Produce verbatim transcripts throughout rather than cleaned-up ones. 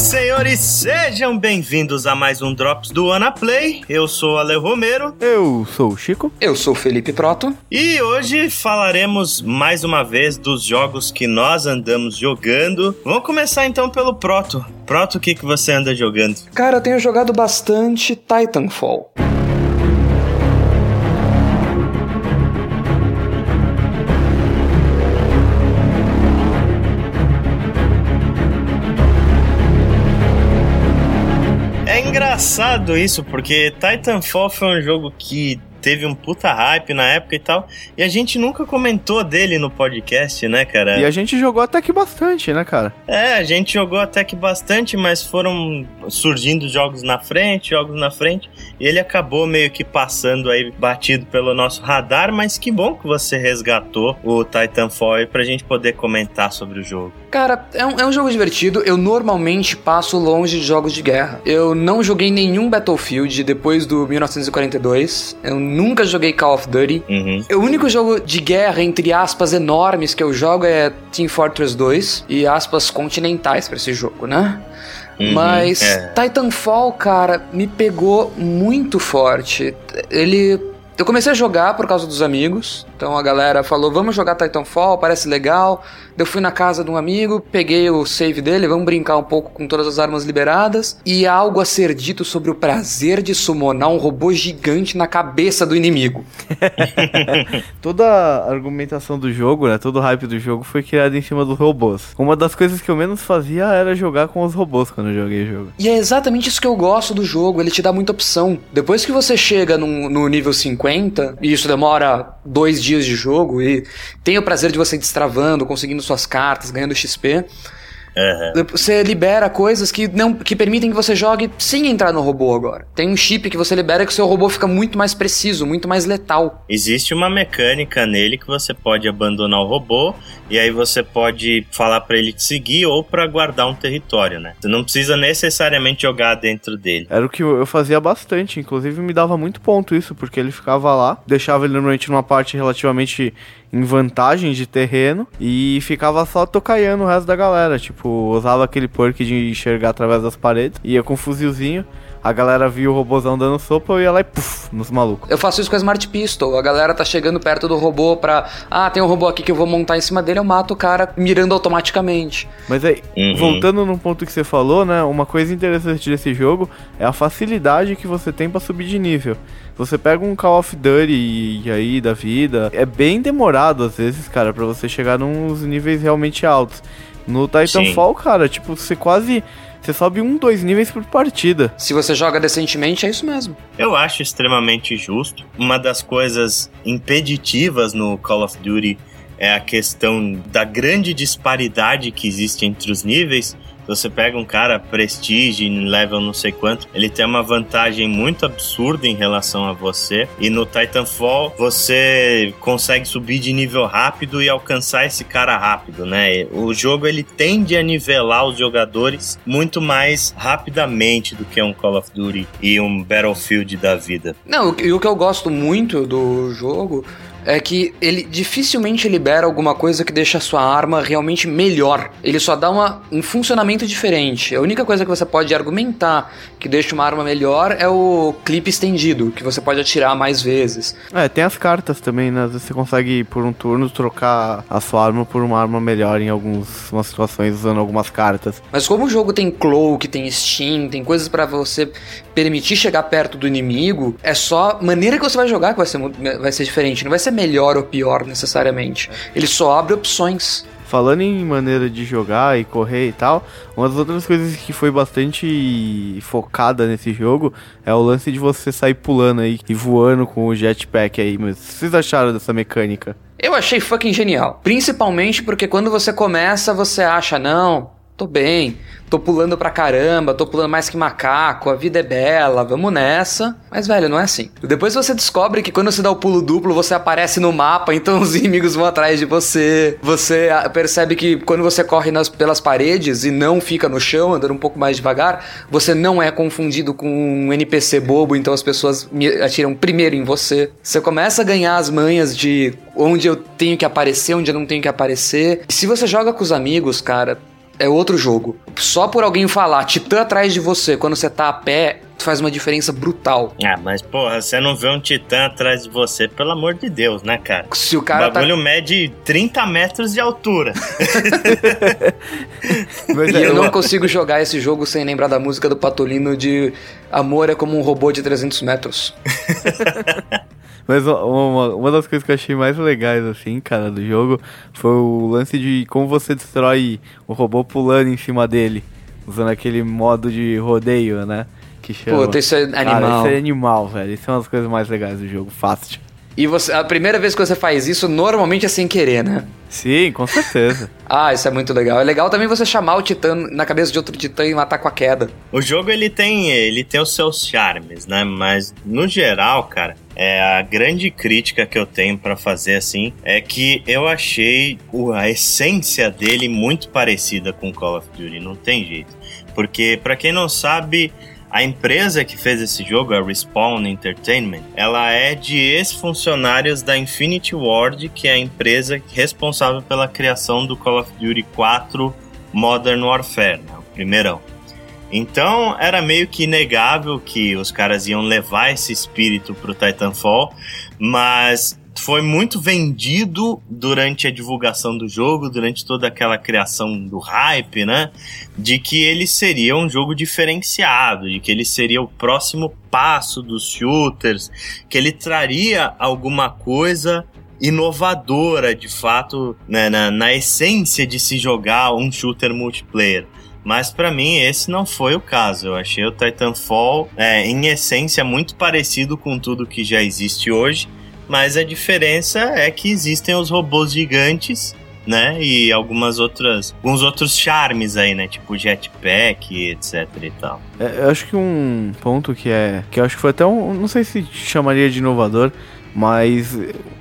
senhores, sejam bem-vindos a mais um Drops do Anaplay. Eu sou o Ale Romero. Eu sou o Chico. Eu sou o Felipe Proto. E hoje falaremos mais uma vez dos jogos que nós andamos jogando. Vamos começar então pelo Proto. Proto, o que, que você anda jogando? Cara, eu tenho jogado bastante Titanfall. É engraçado isso, porque Titanfall foi um jogo que teve um puta hype na época e tal, e a gente nunca comentou dele no podcast, né, cara? E a gente jogou até que bastante, né, cara? É, a gente jogou até que bastante, mas foram surgindo jogos na frente, jogos na frente, e ele acabou meio que passando aí, batido pelo nosso radar, mas que bom que você resgatou o Titanfall aí pra gente poder comentar sobre o jogo. Cara, é um, é um jogo divertido. Eu normalmente passo longe de jogos de guerra. Eu não joguei nenhum Battlefield depois do mil novecentos e quarenta e dois. Eu nunca joguei Call of Duty. Uhum. O único jogo de guerra, entre aspas, enormes que eu jogo é Team Fortress dois. E aspas continentais pra esse jogo, né? Uhum, Mas é. Titanfall, cara, me pegou muito forte. Ele... Eu comecei a jogar por causa dos amigos. Então a galera falou, vamos jogar Titanfall, parece legal. Eu fui na casa de um amigo, peguei o save dele, vamos brincar um pouco com todas as armas liberadas. E há algo a ser dito sobre o prazer de summonar um robô gigante na cabeça do inimigo. Toda a argumentação do jogo, né, todo o hype do jogo foi criado em cima dos robôs. Uma das coisas que eu menos fazia era jogar com os robôs quando eu joguei o jogo. E é exatamente isso que eu gosto do jogo, ele te dá muita opção. Depois que você chega no, no nível cinquenta, e isso demora dois dias de jogo, e tem o prazer de você ir destravando, conseguindo suas cartas, ganhando X P... Uhum. Você libera coisas que, não, que permitem que você jogue sem entrar no robô agora. Tem um chip que você libera que o seu robô fica muito mais preciso, muito mais letal. Existe uma mecânica nele que você pode abandonar o robô e aí você pode falar pra ele te seguir ou pra guardar um território, né? Você não precisa necessariamente jogar dentro dele. Era o que eu fazia bastante, inclusive me dava muito ponto isso, porque ele ficava lá, deixava ele normalmente numa parte relativamente em vantagem de terreno e ficava só tocaiando o resto da galera, tipo, usava aquele perk de enxergar através das paredes, ia com um fuzilzinho, a galera via o robôzão dando sopa, eu ia lá e puf, nos malucos. Eu faço isso com a Smart Pistol, a galera tá chegando perto do robô pra, ah, tem um robô aqui que eu vou montar em cima dele, eu mato o cara mirando automaticamente. Mas aí, uhum. voltando num ponto que você falou, né, uma coisa interessante desse jogo é a facilidade que você tem pra subir de nível. Você pega um Call of Duty e aí da vida, é bem demorado às vezes, cara, pra você chegar nos níveis realmente altos. No Titanfall, Sim. cara, tipo, você quase... Você sobe um, dois níveis por partida. Se você joga decentemente, é isso mesmo. Eu acho extremamente justo. Uma das coisas impeditivas no Call of Duty é a questão da grande disparidade que existe entre os níveis. Você pega um cara Prestige, level não sei quanto, ele tem uma vantagem muito absurda em relação a você. E no Titanfall, você consegue subir de nível rápido e alcançar esse cara rápido, né? O jogo, ele tende a nivelar os jogadores muito mais rapidamente do que um Call of Duty e um Battlefield da vida. Não, e o que eu gosto muito do jogo é que ele dificilmente libera alguma coisa que deixa a sua arma realmente melhor. Ele só dá uma, um funcionamento diferente. A única coisa que você pode argumentar que deixa uma arma melhor é o clipe estendido, que você pode atirar mais vezes. É, tem as cartas também, né? Você consegue, por um turno, trocar a sua arma por uma arma melhor em algumas situações, usando algumas cartas. Mas como o jogo tem cloak, tem steam, tem coisas pra você permitir chegar perto do inimigo, é só a maneira que você vai jogar que vai ser, vai ser diferente. Não vai ser melhor ou pior necessariamente. Ele só abre opções. Falando em maneira de jogar e correr e tal, uma das outras coisas que foi bastante focada nesse jogo é o lance de você sair pulando aí e voando com o jetpack aí. Mas o que vocês acharam dessa mecânica? Eu achei fucking genial. Principalmente porque quando você começa, você acha, não, tô bem, tô pulando pra caramba, tô pulando mais que macaco, a vida é bela, vamos nessa. Mas, velho, não é assim. Depois você descobre que quando você dá o pulo duplo, você aparece no mapa, então os inimigos vão atrás de você. Você percebe que quando você corre nas, pelas paredes e não fica no chão, andando um pouco mais devagar, você não é confundido com um N P C bobo, então as pessoas atiram primeiro em você. Você começa a ganhar as manhas de onde eu tenho que aparecer, onde eu não tenho que aparecer. E se você joga com os amigos, cara, é outro jogo. Só por alguém falar Titã atrás de você quando você tá a pé, faz uma diferença brutal. Ah, mas porra, você não vê um Titã atrás de você, pelo amor de Deus, né, cara? Se o cara o bagulho tá... mede trinta metros de altura. Mas e eu não consigo jogar esse jogo sem lembrar da música do Patolino de Amor é como um robô de trezentos metros. Mas uma, uma das coisas que eu achei mais legais, assim, cara, do jogo foi o lance de como você destrói o robô pulando em cima dele, usando aquele modo de rodeio, né? Que chama. Puta, isso é animal. Cara, isso é animal, velho. Isso é uma das coisas mais legais do jogo, fácil. E você, a primeira vez que você faz isso, normalmente é sem querer, né? Sim, com certeza. Ah, isso é muito legal. É legal também você chamar o Titã na cabeça de outro Titã e matar com a queda. O jogo, ele tem, ele tem os seus charmes, né? Mas, no geral, cara, é a grande crítica que eu tenho pra fazer, assim, é que eu achei a essência dele muito parecida com Call of Duty. Não tem jeito. Porque, pra quem não sabe... A empresa que fez esse jogo, a Respawn Entertainment, ela é de ex-funcionários da Infinity Ward, que é a empresa responsável pela criação do Call of Duty quatro Modern Warfare, né, o primeirão. Então, era meio que inegável que os caras iam levar esse espírito pro Titanfall, mas... foi muito vendido durante a divulgação do jogo, durante toda aquela criação do hype, né? De que ele seria um jogo diferenciado, de que ele seria o próximo passo dos shooters, que ele traria alguma coisa inovadora, de fato, né, na, na essência de se jogar um shooter multiplayer. Mas pra mim esse não foi o caso. Eu achei o Titanfall, é, em essência, muito parecido com tudo que já existe hoje. Mas a diferença é que existem os robôs gigantes, né? E algumas outras... alguns outros charmes aí, né? Tipo jetpack, etc e tal. É, eu acho que um ponto que é... que eu acho que foi até um... não sei se chamaria de inovador, mas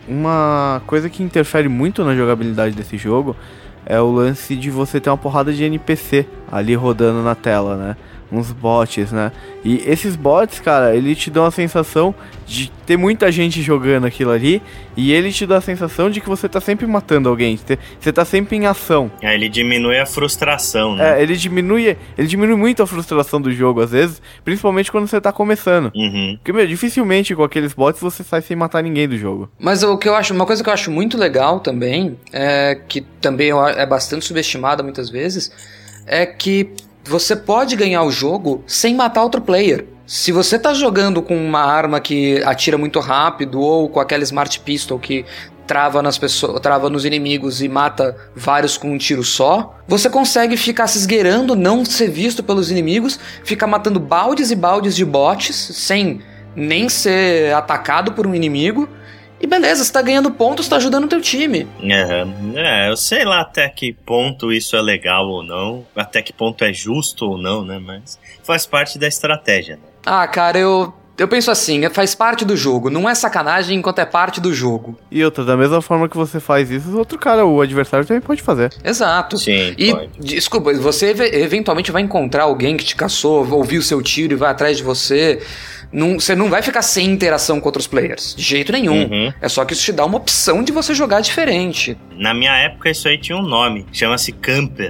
uma coisa que interfere muito na jogabilidade desse jogo é o lance de você ter uma porrada de N P C ali rodando na tela, né? Uns bots, né? E esses bots, cara, ele te dão a sensação de ter muita gente jogando aquilo ali, e ele te dá a sensação de que você tá sempre matando alguém, você tá sempre em ação. É, ele diminui a frustração, né? É, ele diminui, ele diminui muito a frustração do jogo, às vezes, principalmente quando você tá começando. Uhum. Porque, meu, dificilmente com aqueles bots você sai sem matar ninguém do jogo. Mas o que eu acho, uma coisa que eu acho muito legal também, é que também é bastante subestimada muitas vezes, é que você pode ganhar o jogo sem matar outro player. Se você tá jogando com uma arma que atira muito rápido, ou com aquela Smart Pistol que trava nas pessoas, trava nos inimigos e mata vários com um tiro só, você consegue ficar se esgueirando, não ser visto pelos inimigos, ficar matando baldes e baldes de bots, sem nem ser atacado por um inimigo. E beleza, você tá ganhando pontos, você tá ajudando o teu time. Uhum. É, eu sei lá até que ponto isso é legal ou não, até que ponto é justo ou não, né? Mas faz parte da estratégia, né? Ah, cara, eu, eu penso assim, faz parte do jogo, não é sacanagem enquanto é parte do jogo. E outra, da mesma forma que você faz isso, o outro cara, o adversário, também pode fazer. Exato. Sim, e, pode. Desculpa, você eventualmente vai encontrar alguém que te caçou, ouviu o seu tiro e vai atrás de você. Não, você não vai ficar sem interação com outros players, de jeito nenhum. Uhum. É só que isso te dá uma opção de você jogar diferente. Na minha época isso aí tinha um nome, chama-se camper.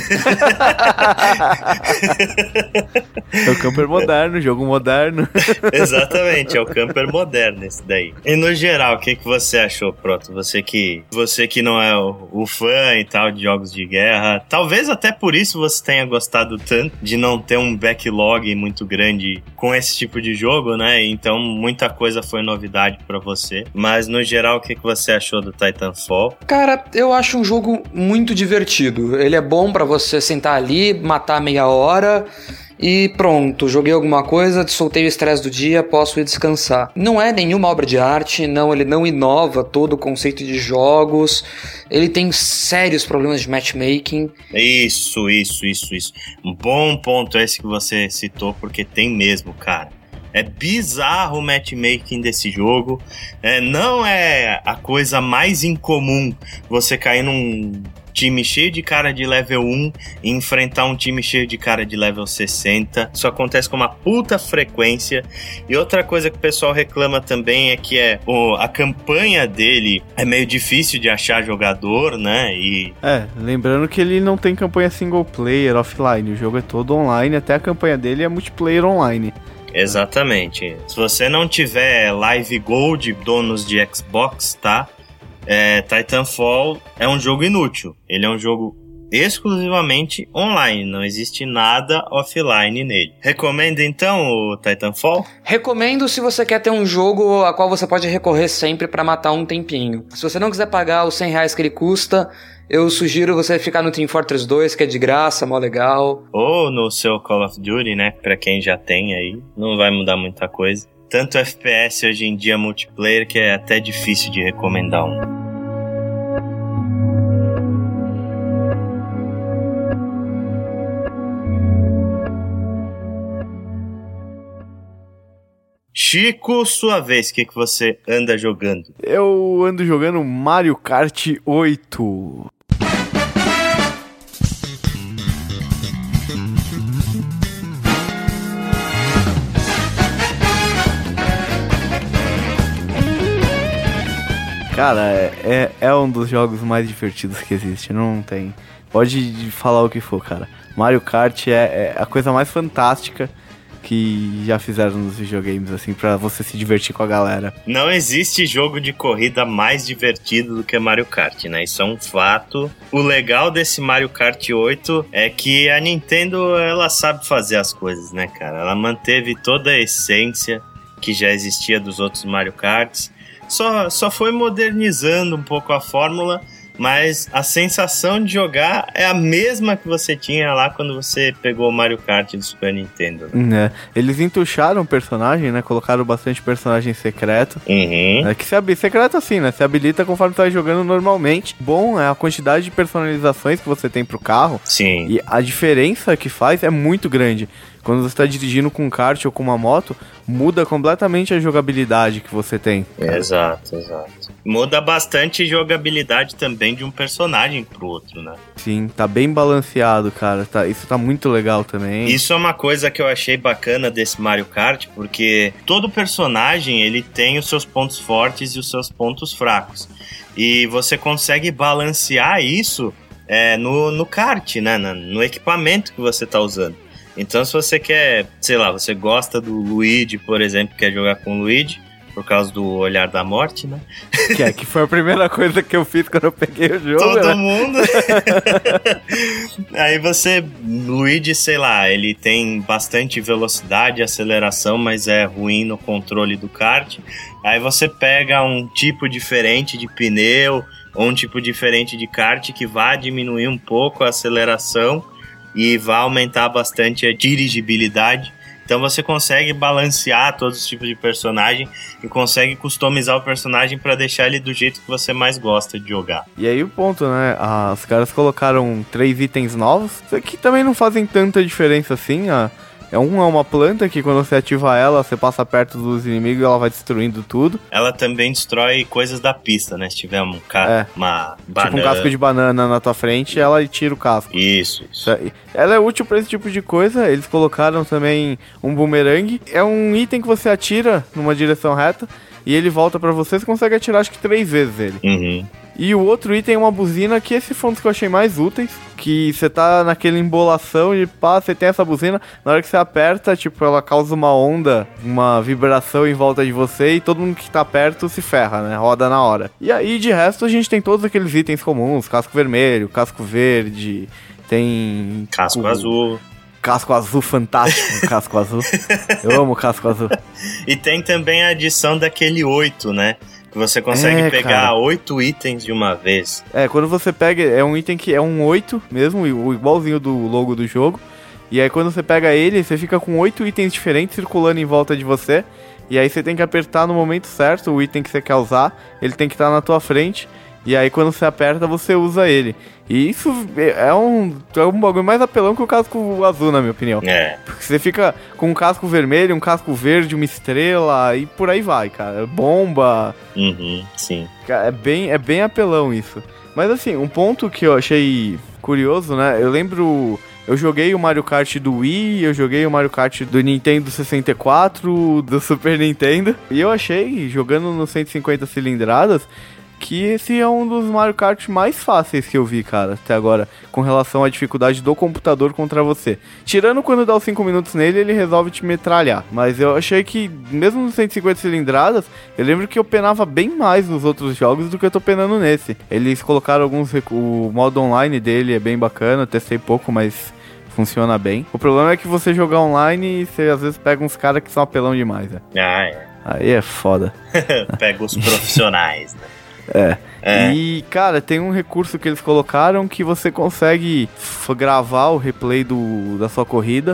É o camper moderno, jogo moderno. Exatamente, é o camper moderno esse daí. E no geral, o que, que você achou, Proto? Você que, você que não é o, o fã e tal de jogos de guerra, talvez até por isso você tenha gostado tanto de não ter um backlog muito grande com esse tipo de jogo, né? Então muita coisa foi novidade pra você. Mas no geral, o que, que você achou do Titanfall? Cara, eu acho um jogo muito divertido. Ele é bom pra você sentar ali, matar meia hora e pronto, joguei alguma coisa, soltei o estresse do dia, posso ir descansar. Não é nenhuma obra de arte, não, ele não inova todo o conceito de jogos, ele tem sérios problemas de matchmaking. Isso, isso, isso, isso. Um bom ponto esse que você citou, porque tem mesmo, cara. É bizarro o matchmaking desse jogo. É, não é a coisa mais incomum você cair num time cheio de cara de level um e enfrentar um time cheio de cara de level sessenta. Isso acontece com uma puta frequência. E outra coisa que o pessoal reclama também é que é, o, a campanha dele é meio difícil de achar jogador, né? E... É, lembrando que ele não tem campanha single player, offline. O jogo é todo online, até a campanha dele é multiplayer online. Exatamente. Se você não tiver Live Gold, donos de Xbox, tá? É, Titanfall é um jogo inútil. Ele é um jogo exclusivamente online. Não existe nada offline nele. Recomenda então o Titanfall? Recomendo se você quer ter um jogo a qual você pode recorrer sempre pra matar um tempinho. Se você não quiser pagar os cem reais que ele custa, eu sugiro você ficar no Team Fortress dois, que é de graça, mó legal. Ou no seu Call of Duty, né? Pra quem já tem aí, não vai mudar muita coisa. Tanto F P S hoje em dia multiplayer que é até difícil de recomendar um. Chico, sua vez, o que, que você anda jogando? Eu ando jogando Mario Kart oito. Cara, é, é um dos jogos mais divertidos que existe, não tem. Pode falar o que for, cara. Mario Kart é, é a coisa mais fantástica que já fizeram nos videogames, assim, pra você se divertir com a galera. Não existe jogo de corrida mais divertido do que Mario Kart, né? Isso é um fato. O legal desse Mario Kart oito é que a Nintendo, ela sabe fazer as coisas, né, cara? Ela manteve toda a essência que já existia dos outros Mario Karts. Só, só foi modernizando um pouco a fórmula, mas a sensação de jogar é a mesma que você tinha lá quando você pegou o Mario Kart do Super Nintendo. É, eles entucharam o personagem, né? Colocaram bastante personagem secreto. Uhum. É, que se habilita, secreto assim, né? Se habilita conforme você vai jogando normalmente. Bom, é a quantidade de personalizações que você tem pro carro. Sim. E a diferença que faz é muito grande. Quando você está dirigindo com um kart ou com uma moto, muda completamente a jogabilidade que você tem. Cara. Exato, exato. Muda bastante a jogabilidade também de um personagem pro outro, né? Sim, tá bem balanceado, cara. Tá, isso tá muito legal também. Isso é uma coisa que eu achei bacana desse Mario Kart, porque todo personagem, ele tem os seus pontos fortes e os seus pontos fracos. E você consegue balancear isso é, no, no kart, né? No equipamento que você tá usando. Então, se você quer, sei lá, você gosta do Luigi, por exemplo, quer jogar com o Luigi, por causa do Olhar da Morte, né? Que, é, que foi a primeira coisa que eu fiz quando eu peguei o jogo. Todo né? mundo. Aí você, Luigi, sei lá, ele tem bastante velocidade, aceleração, mas é ruim no controle do kart. Aí você pega um tipo diferente de pneu, ou um tipo diferente de kart que vai diminuir um pouco a aceleração e vai aumentar bastante a dirigibilidade. Então você consegue balancear todos os tipos de personagem e consegue customizar o personagem para deixar ele do jeito que você mais gosta de jogar. E aí o ponto, né? Ah, os caras colocaram três itens novos, que também não fazem tanta diferença assim. Ah, é um é uma planta que quando você ativa ela, você passa perto dos inimigos e ela vai destruindo tudo. Ela também destrói coisas da pista, né? Se tiver um ca- é. uma banana. Tipo um casco de banana na tua frente, ela tira o casco. Isso, isso. Ela é útil pra esse tipo de coisa. Eles colocaram também um boomerang. É um item que você atira numa direção reta e ele volta pra você. Você consegue atirar acho que três vezes ele. Uhum. E o outro item é uma buzina, que esse foi um dos que eu achei mais úteis, que você tá naquela embolação e pá, você tem essa buzina, na hora que você aperta, tipo, ela causa uma onda, uma vibração em volta de você e todo mundo que tá perto se ferra, né, roda na hora. E aí, de resto, a gente tem todos aqueles itens comuns, casco vermelho, casco verde, tem... Casco o... azul... Casco azul, fantástico, casco azul. Eu amo casco azul. E tem também a adição daquele oito, né? Que você consegue é, pegar oito itens de uma vez. É, quando você pega, é um item que é um oito mesmo, o igualzinho do logo do jogo. E aí quando você pega ele, você fica com oito itens diferentes circulando em volta de você. E aí você tem que apertar no momento certo o item que você quer usar. Ele tem que estar na tua frente. E aí quando você aperta, você usa ele. E isso é um, é um bagulho mais apelão que o casco azul, na minha opinião. É. Porque você fica com um casco vermelho, um casco verde, uma estrela e por aí vai, cara. Bomba. Uhum, sim. É bem, é bem apelão isso. Mas assim, um ponto que eu achei curioso, né? Eu lembro... Eu joguei o Mario Kart do Wii, eu joguei o Mario Kart do Nintendo sessenta e quatro, do Super Nintendo. E eu achei, jogando no cento e cinquenta cilindradas, que esse é um dos Mario Kart mais fáceis que eu vi, cara, até agora, com relação à dificuldade do computador contra você. Tirando quando dá os cinco minutos nele, ele resolve te metralhar. Mas eu achei que, mesmo no cento e cinquenta cilindradas, eu lembro que eu penava bem mais nos outros jogos do que eu tô penando nesse. Eles colocaram alguns... Recu- o modo online dele é bem bacana, eu testei pouco, mas... funciona bem. O problema é que você jogar online, você às vezes pega uns caras que são apelão demais, né? Ah, é. Aí é foda. Pega os profissionais, né? É. É. E, cara, tem um recurso que eles colocaram que você consegue f- gravar o replay do, da sua corrida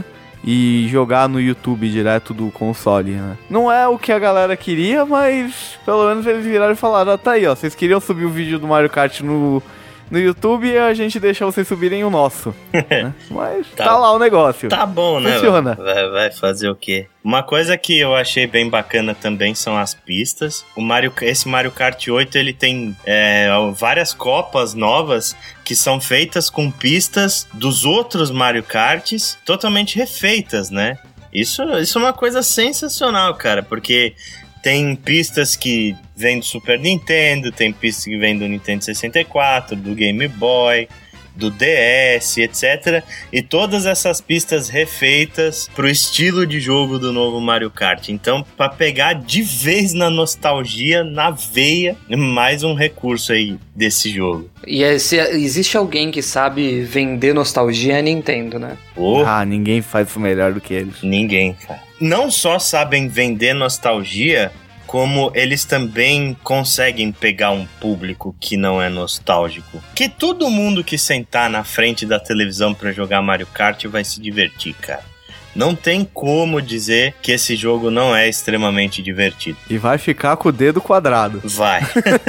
e jogar no YouTube direto do console, né? Não é o que a galera queria, mas pelo menos eles viraram e falaram, ah, tá aí, ó, vocês queriam subir o vídeo do Mario Kart no... no YouTube e a gente deixa vocês subirem o nosso. Né? Mas tá, tá lá o negócio. Tá bom, né? Funciona. Vai, vai fazer o quê? Uma coisa que eu achei bem bacana também são as pistas. O Mario, esse Mario Kart oito, ele tem é, várias copas novas que são feitas com pistas dos outros Mario Karts totalmente refeitas, né? Isso, isso é uma coisa sensacional, cara, porque... tem pistas que vêm do Super Nintendo, tem pistas que vêm do Nintendo sessenta e quatro, do Game Boy, do D S, etcétera. E todas essas pistas refeitas pro estilo de jogo do novo Mario Kart. Então, para pegar de vez na nostalgia, na veia, mais um recurso aí desse jogo. E é, se existe alguém que sabe vender nostalgia, é a Nintendo, né? Oh, ah, ninguém faz isso melhor do que eles. Ninguém, cara. Não só sabem vender nostalgia, como eles também conseguem pegar um público que não é nostálgico. Que todo mundo que sentar na frente da televisão pra jogar Mario Kart vai se divertir, cara. Não tem como dizer que esse jogo não é extremamente divertido. E vai ficar com o dedo quadrado. Vai.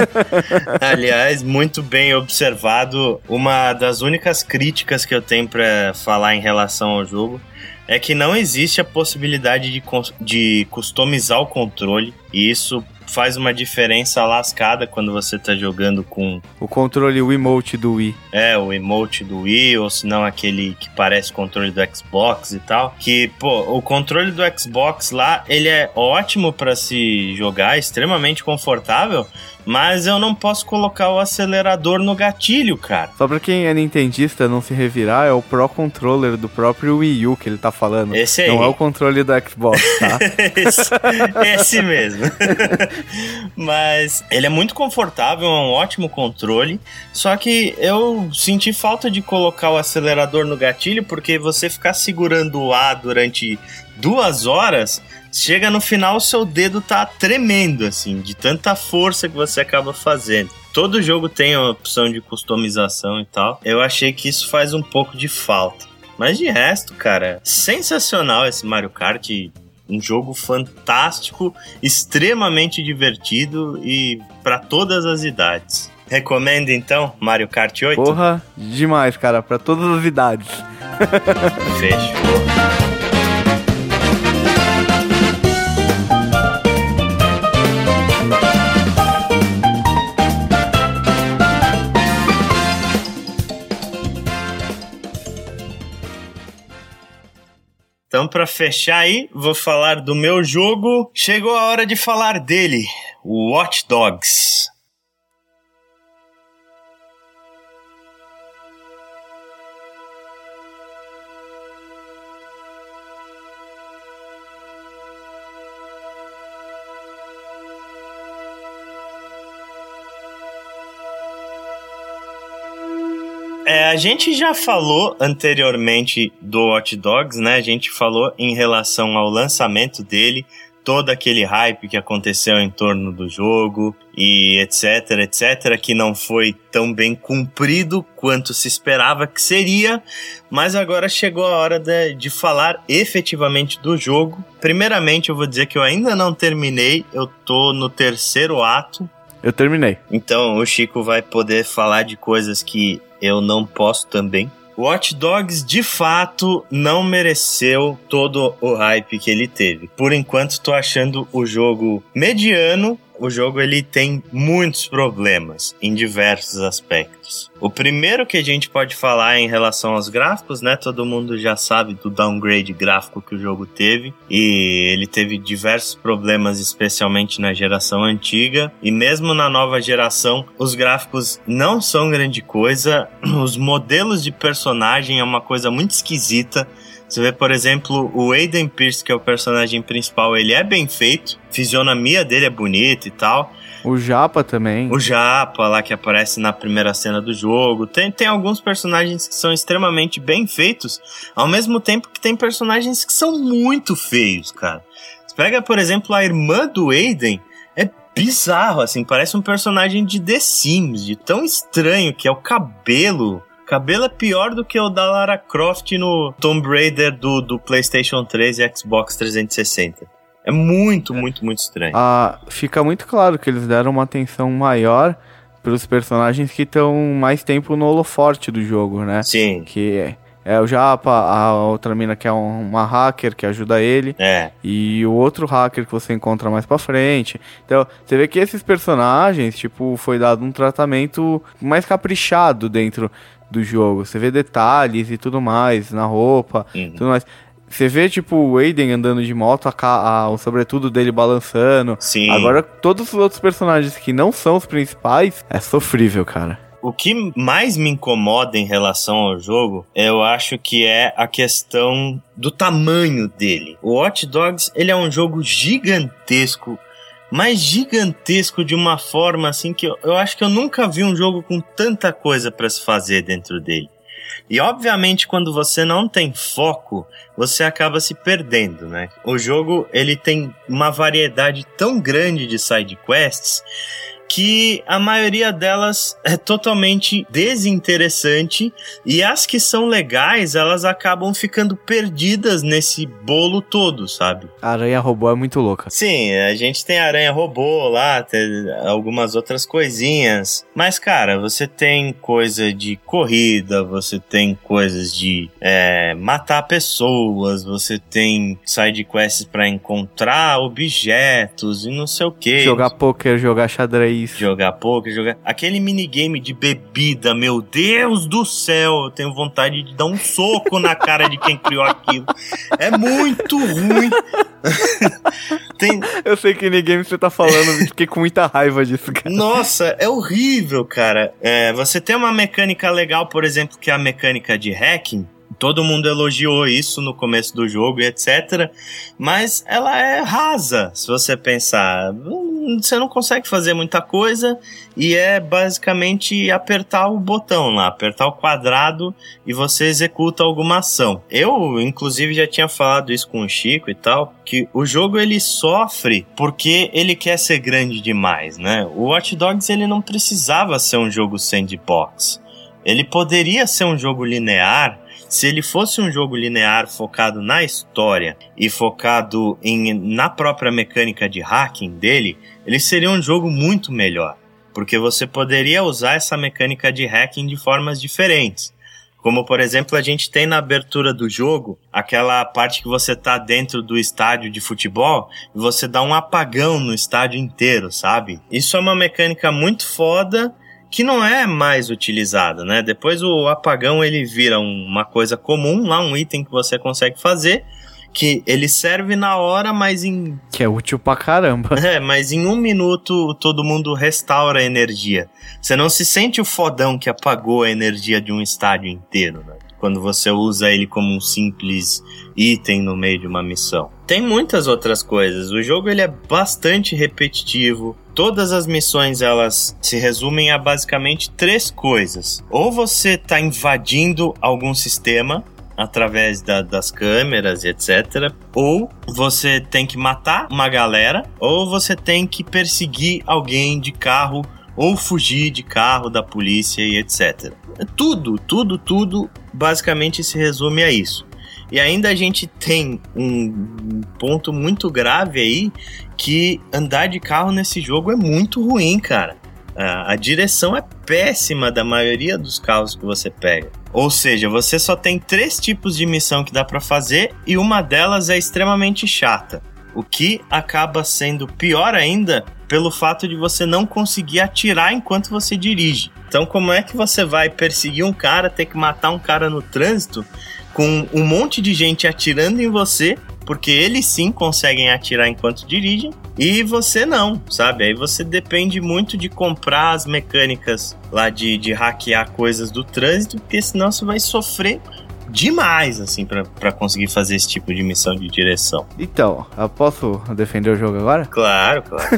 Aliás, muito bem observado. Uma das únicas críticas que eu tenho pra falar em relação ao jogo é que não existe a possibilidade de, de customizar o controle, e isso faz uma diferença lascada quando você tá jogando com... o controle Wiimote do Wii. É, o emote do Wii, ou se não aquele que parece controle do Xbox e tal. Que, pô, o controle do Xbox lá, ele é ótimo pra se jogar, extremamente confortável, mas eu não posso colocar o acelerador no gatilho, cara. Só pra quem é nintendista não se revirar, é o Pro Controller do próprio Wii U que ele tá falando. Esse aí. Não é o controle do Xbox, tá? esse, esse mesmo. Mas ele é muito confortável, é um ótimo controle, só que eu senti falta de colocar o acelerador no gatilho, porque você ficar segurando o A durante duas horas... chega no final, o seu dedo tá tremendo, assim, de tanta força que você acaba fazendo. Todo jogo tem a opção de customização e tal. Eu achei que isso faz um pouco de falta. Mas de resto, cara, sensacional esse Mario Kart. Um jogo fantástico, extremamente divertido e pra todas as idades. Recomendo, então, Mario Kart oito? Porra, demais, cara, pra todas as idades. Fechou. Então, pra fechar aí, vou falar do meu jogo. Chegou a hora de falar dele, o Watch Dogs. É, a gente já falou anteriormente do Watch Dogs, né? A gente falou em relação ao lançamento dele, todo aquele hype que aconteceu em torno do jogo e etc, etc, que não foi tão bem cumprido quanto se esperava que seria, mas agora chegou a hora de, de falar efetivamente do jogo. Primeiramente, eu vou dizer que eu ainda não terminei, eu tô no terceiro ato. Eu terminei. Então o Chico vai poder falar de coisas que eu não posso também. Watch Dogs, de fato, não mereceu todo o hype que ele teve. Por enquanto, tô achando o jogo mediano, o jogo ele tem muitos problemas em diversos aspectos. O primeiro que a gente pode falar é em relação aos gráficos, né? Todo mundo já sabe do downgrade gráfico que o jogo teve, e ele teve diversos problemas, especialmente na geração antiga, e mesmo na nova geração, os gráficos não são grande coisa, os modelos de personagem é uma coisa muito esquisita. Você vê, por exemplo, o Aiden Pearce, que é o personagem principal, ele é bem feito, a fisionomia dele é bonita e tal. O Japa também. O Japa lá, que aparece na primeira cena do jogo. Tem, tem alguns personagens que são extremamente bem feitos, ao mesmo tempo que tem personagens que são muito feios, cara. Você pega, por exemplo, a irmã do Aiden, é bizarro, assim, parece um personagem de The Sims, de tão estranho que é o cabelo. Cabelo é pior do que o da Lara Croft no Tomb Raider do, do PlayStation três e Xbox trezentos e sessenta. É muito, muito, muito estranho. Ah, fica muito claro que eles deram uma atenção maior pelos personagens que estão mais tempo no holoforte do jogo, né? Sim. Que é, é o Japa, a outra mina que é um, uma hacker que ajuda ele. É. E o outro hacker que você encontra mais pra frente. Então, você vê que esses personagens, tipo, foi dado um tratamento mais caprichado dentro do jogo. Você vê detalhes e tudo mais na roupa, uhum. tudo mais. Você vê, tipo, o Aiden andando de moto, a, a, o sobretudo dele balançando. Sim. Agora, todos os outros personagens que não são os principais, é sofrível, cara. O que mais me incomoda em relação ao jogo, eu acho que é a questão do tamanho dele. O Watch Dogs, ele é um jogo gigantesco, mas gigantesco de uma forma assim que eu, eu acho que eu nunca vi um jogo com tanta coisa para se fazer dentro dele. E obviamente quando você não tem foco, você acaba se perdendo, né? O jogo ele tem uma variedade tão grande de side quests que a maioria delas é totalmente desinteressante, e as que são legais, elas acabam ficando perdidas nesse bolo todo, sabe? A aranha robô é muito louca. Sim, a gente tem aranha robô lá, tem algumas outras coisinhas, mas cara, você tem coisa de corrida, você tem coisas de é, matar pessoas, você tem side quests pra encontrar objetos e não sei o que. Jogar poker, jogar xadrez. Jogar poker, jogar... Aquele minigame de bebida, meu Deus do céu, eu tenho vontade de dar um soco na cara de quem criou aquilo. É muito ruim. Tem... Eu sei que minigame você tá falando, fiquei com muita raiva disso, cara. Nossa, é horrível, cara. É, você tem uma mecânica legal, por exemplo, que é a mecânica de hacking. Todo mundo elogiou isso no começo do jogo e etcétera. Mas ela é rasa, se você pensar. Você não consegue fazer muita coisa e é basicamente apertar o botão lá, apertar o quadrado e você executa alguma ação. Eu, inclusive, já tinha falado isso com o Chico e tal, que o jogo ele sofre porque ele quer ser grande demais, né? O Watch Dogs ele não precisava ser um jogo sandbox. Ele poderia ser um jogo linear. Se ele fosse um jogo linear focado na história e focado em, na própria mecânica de hacking dele, ele seria um jogo muito melhor, porque você poderia usar essa mecânica de hacking de formas diferentes. Como, por exemplo, a gente tem na abertura do jogo aquela parte que você tá dentro do estádio de futebol e você dá um apagão no estádio inteiro, sabe? Isso é uma mecânica muito foda, que não é mais utilizado, né? Depois o apagão ele vira uma coisa comum, lá um item que você consegue fazer, que ele serve na hora, mas em... Que é útil pra caramba. É, mas em um minuto todo mundo restaura a energia. Você não se sente o fodão que apagou a energia de um estádio inteiro, né? Quando você usa ele como um simples item no meio de uma missão. Tem muitas outras coisas. O jogo ele é bastante repetitivo. Todas as missões elas se resumem a basicamente três coisas. Ou você está invadindo algum sistema através da, das câmeras e etcétera. Ou você tem que matar uma galera. Ou você tem que perseguir alguém de carro ou fugir de carro da polícia e etcétera. Tudo, tudo, tudo basicamente se resume a isso. E ainda a gente tem um ponto muito grave aí, que andar de carro nesse jogo é muito ruim, cara. A, a direção é péssima da maioria dos carros que você pega. Ou seja, você só tem três tipos de missão que dá pra fazer e uma delas é extremamente chata. O que acaba sendo pior ainda pelo fato de você não conseguir atirar enquanto você dirige. Então, como é que você vai perseguir um cara, ter que matar um cara no trânsito com um monte de gente atirando em você, porque eles sim conseguem atirar enquanto dirigem, e você não, sabe? Aí você depende muito de comprar as mecânicas lá de, de hackear coisas do trânsito, porque senão você vai sofrer demais, assim, pra, pra conseguir fazer esse tipo de missão de direção. Então, eu posso defender o jogo agora? Claro, claro.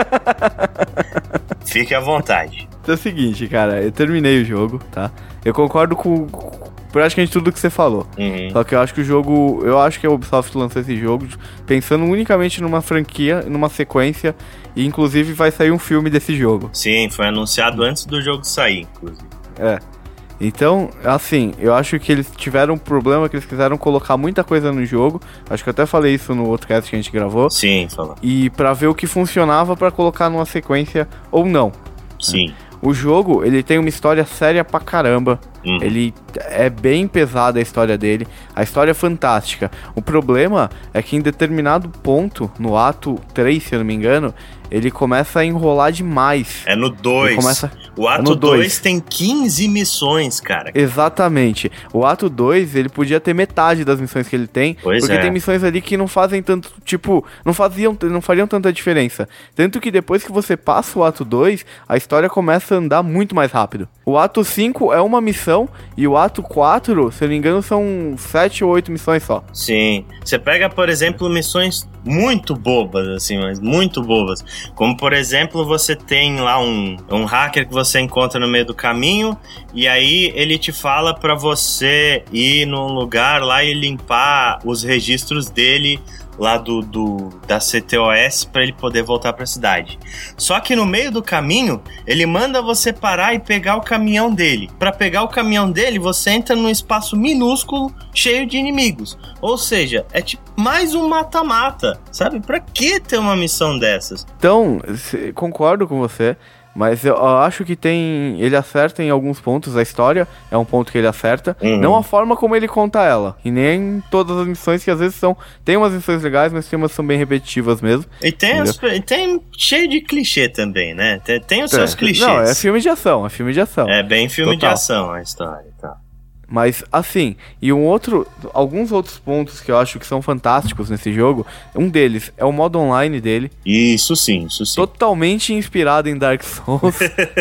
Fique à vontade. Então é o seguinte, cara, eu terminei o jogo, tá? Eu concordo com, com praticamente tudo que você falou. Uhum. Só que eu acho que o jogo... Eu acho que a Ubisoft lançou esse jogo pensando unicamente numa franquia, numa sequência, e inclusive vai sair um filme desse jogo. Sim, foi anunciado antes do jogo sair, inclusive. É. Então, assim, eu acho que eles tiveram um problema que eles quiseram colocar muita coisa no jogo. Acho que eu até falei isso no outro cast que a gente gravou. Sim, falou. E pra ver o que funcionava pra colocar numa sequência ou não. Sim. Né? O jogo, ele tem uma história séria pra caramba. Uhum. Ele é bem pesada a história dele. A história é fantástica. O problema é que em determinado ponto, no ato três, se eu não me engano, ele começa a enrolar demais. É no dois. Começa... O ato dois tem quinze missões, cara. Exatamente. O ato dois, ele podia ter metade das missões que ele tem. Pois porque é. tem missões ali que não fazem tanto, tipo, não faziam, não fariam tanta diferença. Tanto que depois que você passa o ato dois, a história começa a andar muito mais rápido. O ato cinco é uma missão e o ato quatro, se eu não me engano, são sete ou oito missões só. Sim. Você pega, por exemplo, missões muito bobas, assim, mas muito bobas. Como, por exemplo, você tem lá um, um hacker que você encontra no meio do caminho e aí ele te fala pra você ir num lugar lá e limpar os registros dele lá do, do da C T O S para ele poder voltar para a cidade. Só que no meio do caminho, ele manda você parar e pegar o caminhão dele. Para pegar o caminhão dele, você entra num espaço minúsculo, cheio de inimigos. Ou seja, é tipo mais um mata-mata, sabe? Para que ter uma missão dessas? Então, concordo com você. Mas eu acho que tem... Ele acerta em alguns pontos. A história é um ponto que ele acerta. Uhum. Não a forma como ele conta ela. E nem todas as missões, que às vezes são... Tem umas missões legais, mas tem umas que são bem repetitivas mesmo. E tem, os, tem cheio de clichê também, né? Tem, tem os é, seus clichês. Não, é filme de ação. É filme de ação. É bem filme Total. de ação a história e tal. Mas, assim, e um outro... Alguns outros pontos que eu acho que são fantásticos nesse jogo, um deles é o modo online dele. Isso sim, isso sim. Totalmente inspirado em Dark Souls.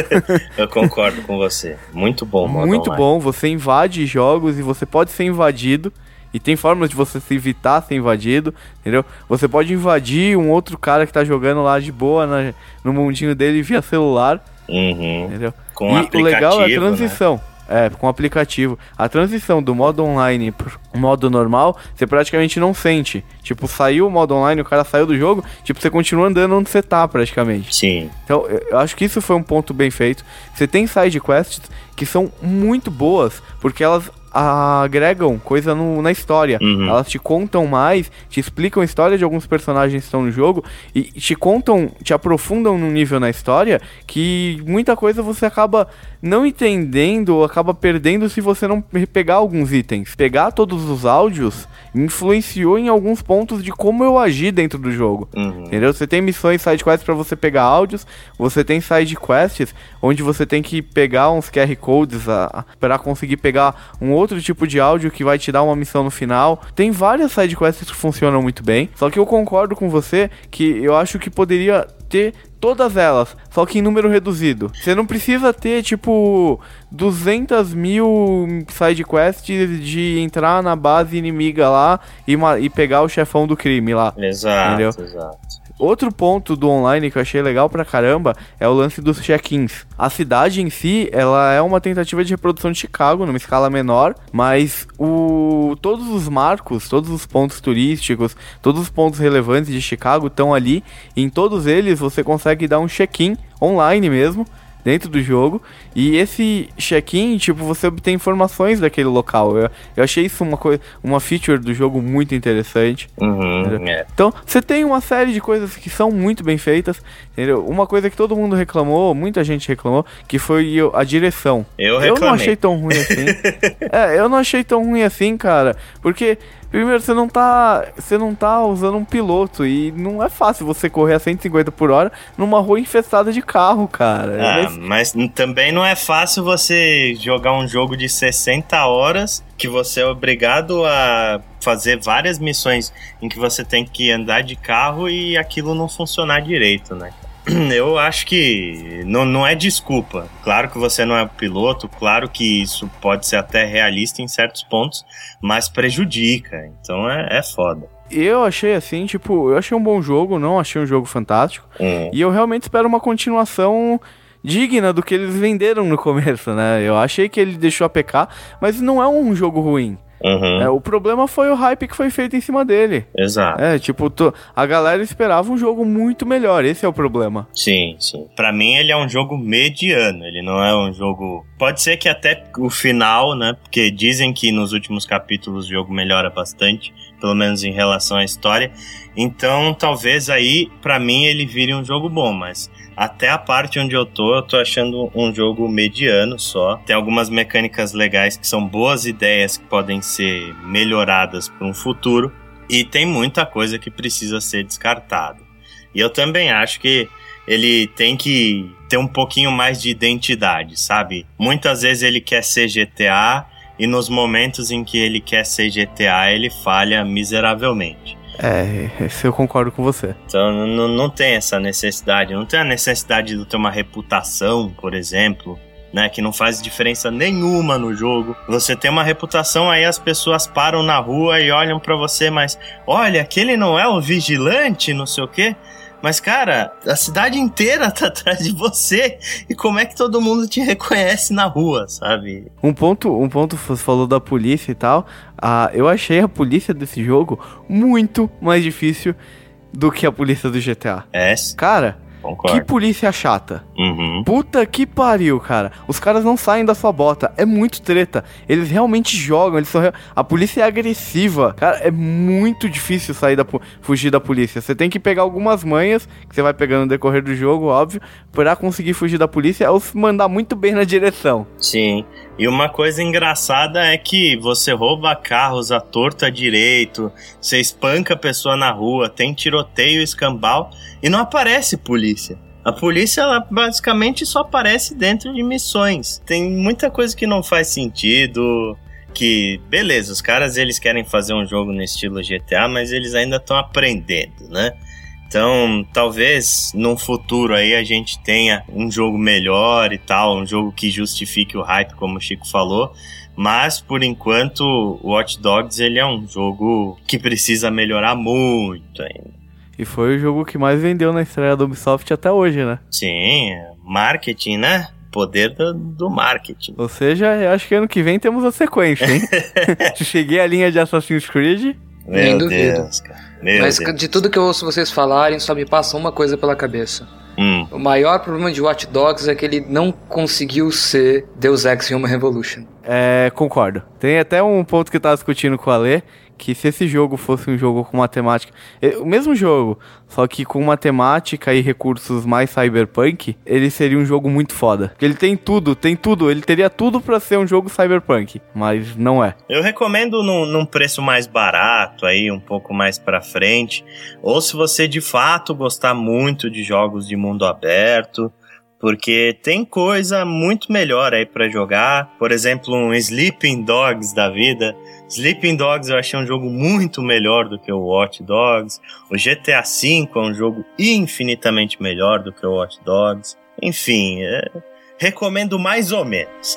Eu concordo com você. Muito bom o modo Muito online. bom, você invade jogos e você pode ser invadido. E tem formas de você se evitar ser invadido, entendeu? Você pode invadir um outro cara que tá jogando lá de boa na, no mundinho dele via celular. Uhum. Entendeu? Com e aplicativo, o legal é a transição. Né? É, com o aplicativo. A transição do modo online pro modo normal, você praticamente não sente. Tipo, saiu o modo online, o cara saiu do jogo, tipo, você continua andando onde você tá, praticamente. Sim. Então, eu acho que isso foi um ponto bem feito. Você tem side quests que são muito boas, porque elas agregam coisa no, na história. Uhum. Elas te contam mais, te explicam a história de alguns personagens que estão no jogo e te contam, te aprofundam num nível na história que muita coisa você acaba não entendendo ou acaba perdendo se você não pegar alguns itens. Pegar todos os áudios influenciou em alguns pontos de como eu agi dentro do jogo. Uhum. Entendeu? Você tem missões side quests para você pegar áudios, você tem side quests onde você tem que pegar uns Q R codes para conseguir pegar um outro tipo de áudio que vai te dar uma missão no final. Tem várias side quests que funcionam muito bem, só que eu concordo com você que eu acho que poderia ter todas elas, só que em número reduzido. Você não precisa ter, tipo, duzentas mil side quests de entrar na base inimiga lá e, e pegar o chefão do crime lá. Exato, entendeu? exato. Outro ponto do online que eu achei legal pra caramba é o lance dos check-ins. A cidade em si, ela é uma tentativa de reprodução de Chicago, numa escala menor, mas o... todos os marcos, todos os pontos turísticos, todos os pontos relevantes de Chicago estão ali, e em todos eles você consegue dar um check-in online mesmo, dentro do jogo, e esse check-in, tipo, você obtém informações daquele local. Eu, eu achei isso uma, coi- uma feature do jogo muito interessante. Uhum, é. Então, você tem uma série de coisas que são muito bem feitas, entendeu? Uma coisa que todo mundo reclamou, muita gente reclamou, que foi a direção. Eu reclamei. Eu não achei tão ruim assim. É, eu não achei tão ruim assim, cara, porque Primeiro, você não tá. Você não tá usando um piloto. E não é fácil você correr a cento e cinquenta por hora numa rua infestada de carro, cara. Ah, mas... mas também não é fácil você jogar um jogo de sessenta horas que você é obrigado a fazer várias missões em que você tem que andar de carro e aquilo não funcionar direito, né? Eu acho que não, não é desculpa. Claro que você não é piloto, claro que isso pode ser até realista em certos pontos, mas prejudica, então é, é foda. Eu achei assim, tipo, eu achei um bom jogo, não achei um jogo fantástico, hum. e eu realmente espero uma continuação digna do que eles venderam no começo, né? Eu achei que ele deixou a pecar, mas não é um jogo ruim. Uhum. É, o problema foi o hype que foi feito em cima dele. Exato. É, tipo, to, a galera esperava um jogo muito melhor, esse é o problema. Sim, sim. Pra mim ele é um jogo mediano, ele não é um jogo... Pode ser que até o final, né, porque dizem que nos últimos capítulos o jogo melhora bastante, pelo menos em relação à história, então talvez aí, pra mim, ele vire um jogo bom, mas... Até a parte onde eu tô, eu tô achando um jogo mediano só. Tem algumas mecânicas legais que são boas ideias que podem ser melhoradas para um futuro. E tem muita coisa que precisa ser descartada. E eu também acho que ele tem que ter um pouquinho mais de identidade, sabe? Muitas vezes ele quer ser G T A e nos momentos em que ele quer ser G T A, ele falha miseravelmente. É, esse eu concordo com você. Então não, não tem essa necessidade, não tem a necessidade de ter uma reputação, por exemplo, né, que não faz diferença nenhuma no jogo. Você tem uma reputação, aí as pessoas param na rua e olham pra você, mas olha, aquele não é o vigilante, não sei o quê. Mas, cara, a cidade inteira tá atrás de você. E como é que todo mundo te reconhece na rua, sabe? Um ponto, um ponto você falou da polícia e tal. Ah, eu achei a polícia desse jogo muito mais difícil do que a polícia do G T A. É? Cara, concordo. Que polícia chata. Uhum. Puta que pariu, cara. Os caras não saem da sua bota. É muito treta. Eles realmente jogam. Eles são re... A polícia é agressiva. Cara, é muito difícil sair da po... fugir da polícia. Você tem que pegar algumas manhas, que você vai pegando no decorrer do jogo, óbvio, pra conseguir fugir da polícia ou se mandar muito bem na direção. Sim. E uma coisa engraçada é que você rouba carros à torta à direito, você espanca a pessoa na rua, tem tiroteio, escambau e não aparece polícia. A polícia, ela basicamente só aparece dentro de missões. Tem muita coisa que não faz sentido, que, beleza, os caras eles querem fazer um jogo no estilo G T A, mas eles ainda estão aprendendo, né? Então, talvez num futuro aí a gente tenha um jogo melhor e tal, um jogo que justifique o hype, como o Chico falou, mas por enquanto o Watch Dogs ele é um jogo que precisa melhorar muito ainda. E foi o jogo que mais vendeu na estreia do Ubisoft até hoje, né? Sim, marketing, né? Poder do, do marketing. Ou seja, eu acho que ano que vem temos a sequência, hein? Cheguei à linha de Assassin's Creed. Meu Nem duvido. Deus, cara. Meu Mas Deus. De tudo que eu ouço vocês falarem, só me passa uma coisa pela cabeça. Hum. O maior problema de Watch Dogs é que ele não conseguiu ser Deus Ex Human Revolution. É, concordo. Tem até um ponto que eu tava discutindo com o Ale, que se esse jogo fosse um jogo com matemática... O mesmo jogo, só que com matemática e recursos mais cyberpunk, ele seria um jogo muito foda. Porque ele tem tudo, tem tudo. Ele teria tudo pra ser um jogo cyberpunk, mas não é. Eu recomendo num, num preço mais barato, aí um pouco mais pra frente. Ou se você de fato gostar muito de jogos de mundo aberto... Porque tem coisa muito melhor aí pra jogar. Por exemplo, um Sleeping Dogs da vida. Sleeping Dogs eu achei um jogo muito melhor do que o Watch Dogs. O G T A cinco é um jogo infinitamente melhor do que o Watch Dogs. Enfim, é... recomendo mais ou menos.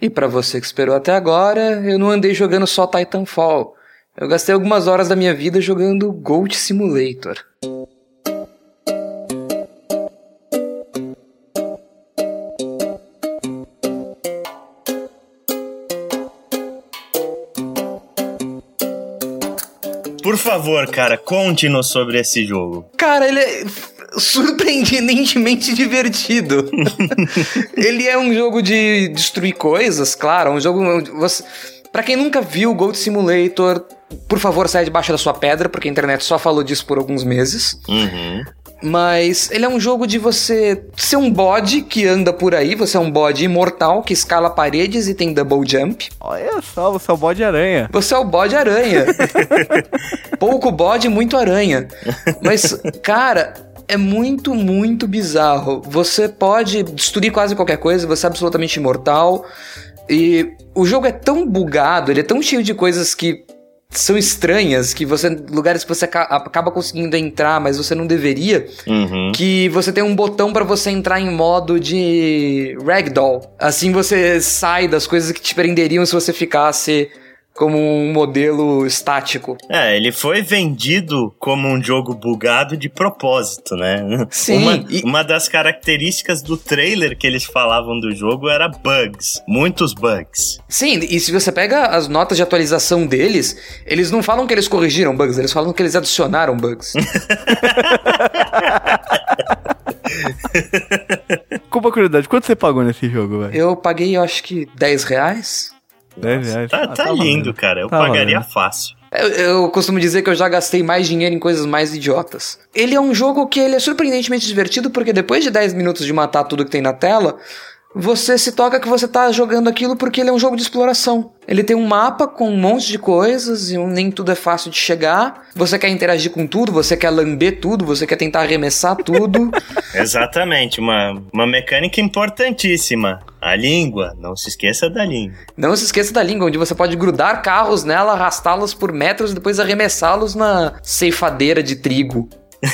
E pra você que esperou até agora, eu não andei jogando só Titanfall. Eu gastei algumas horas da minha vida jogando Goat Simulator. Por favor, cara, conte-nos sobre esse jogo. Cara, ele é surpreendentemente divertido. Ele é um jogo de destruir coisas, claro. Um jogo... Você... Pra quem nunca viu Goat Simulator, por favor, saia debaixo da sua pedra, porque a internet só falou disso por alguns meses. Uhum. Mas ele é um jogo de você ser um bode que anda por aí. Você é um bode imortal que escala paredes e tem double jump. Olha só, você é o bode aranha. Você é o bode aranha. Pouco bode, muito aranha. Mas, cara, é muito, muito bizarro. Você pode destruir quase qualquer coisa, você é absolutamente imortal. E o jogo é tão bugado, ele é tão cheio de coisas que são estranhas, que você, lugares que você acaba conseguindo entrar, mas você não deveria, uhum. que você tem um botão pra você entrar em modo de ragdoll. Assim você sai das coisas que te prenderiam se você ficasse como um modelo estático. É, ele foi vendido como um jogo bugado de propósito, né? Sim. Uma, e... uma das características do trailer que eles falavam do jogo era bugs. Muitos bugs. Sim, e se você pega as notas de atualização deles, eles não falam que eles corrigiram bugs, eles falam que eles adicionaram bugs. Com uma curiosidade, quanto você pagou nesse jogo, velho? Eu paguei, eu acho que dez reais. dez reais. Tá, ah, tá, tá lindo, valendo. cara. Eu tá pagaria valendo. fácil. Eu, eu costumo dizer que eu já gastei mais dinheiro em coisas mais idiotas. Ele é um jogo que ele é surpreendentemente divertido, porque depois de dez minutos de matar tudo que tem na tela, você se toca que você tá jogando aquilo porque ele é um jogo de exploração. Ele tem um mapa com um monte de coisas e nem tudo é fácil de chegar. Você quer interagir com tudo, você quer lamber tudo, você quer tentar arremessar tudo. Exatamente, uma, uma mecânica importantíssima. A língua, não se esqueça da língua. Não se esqueça da língua, onde você pode grudar carros nela, arrastá-los por metros e depois arremessá-los na ceifadeira de trigo.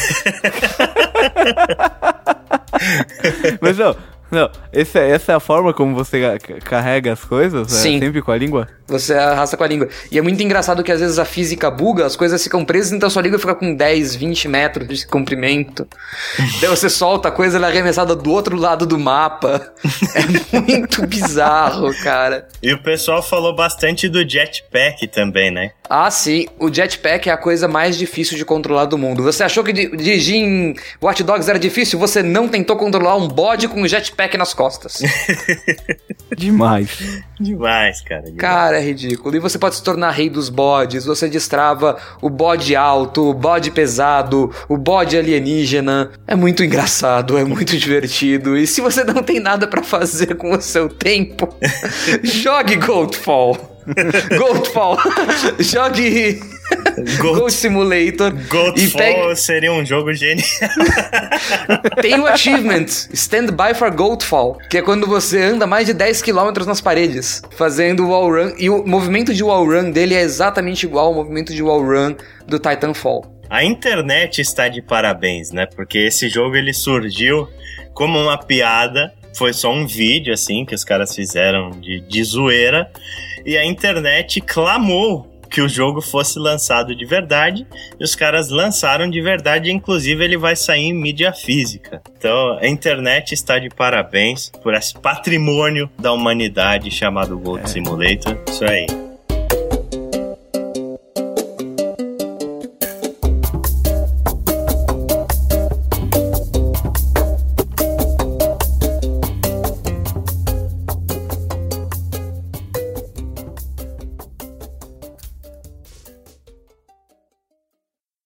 Mas não, não essa, essa é a forma como você carrega as coisas? Sim. É sempre com a língua? Você arrasta com a língua. E é muito engraçado que às vezes a física buga, as coisas ficam presas, então a sua língua fica com dez, vinte metros de comprimento. Daí você solta a coisa, ela é arremessada do outro lado do mapa. É muito bizarro, cara. E o pessoal falou bastante do jetpack também, né? Ah, sim. O jetpack é a coisa mais difícil de controlar do mundo. Você achou que dirigir em Watch Dogs era difícil? Você não tentou controlar um bode com um jetpack nas costas. Demais. Demais, cara. Demais. Cara, é ridículo. E você pode se tornar rei dos bodes. Você destrava o bode alto, o bode pesado, o bode alienígena. É muito engraçado, é muito divertido. E se você não tem nada pra fazer com o seu tempo, jogue Goatfall. Goatfall. Jogue Goat, Goat Simulator. Goatfall pegue... seria um jogo genial. Tem o achievement Stand by for Goatfall, que é quando você anda mais de dez quilômetros nas paredes, fazendo wall run. E o movimento de wall run dele é exatamente igual ao movimento de wall run do Titanfall. A internet está de parabéns, né? Porque esse jogo ele surgiu como uma piada. Foi só um vídeo, assim, que os caras fizeram de, de zoeira. E a internet clamou que o jogo fosse lançado de verdade. E os caras lançaram de verdade. Inclusive, ele vai sair em mídia física. Então, a internet está de parabéns por esse patrimônio da humanidade chamado Goat Simulator. Isso aí.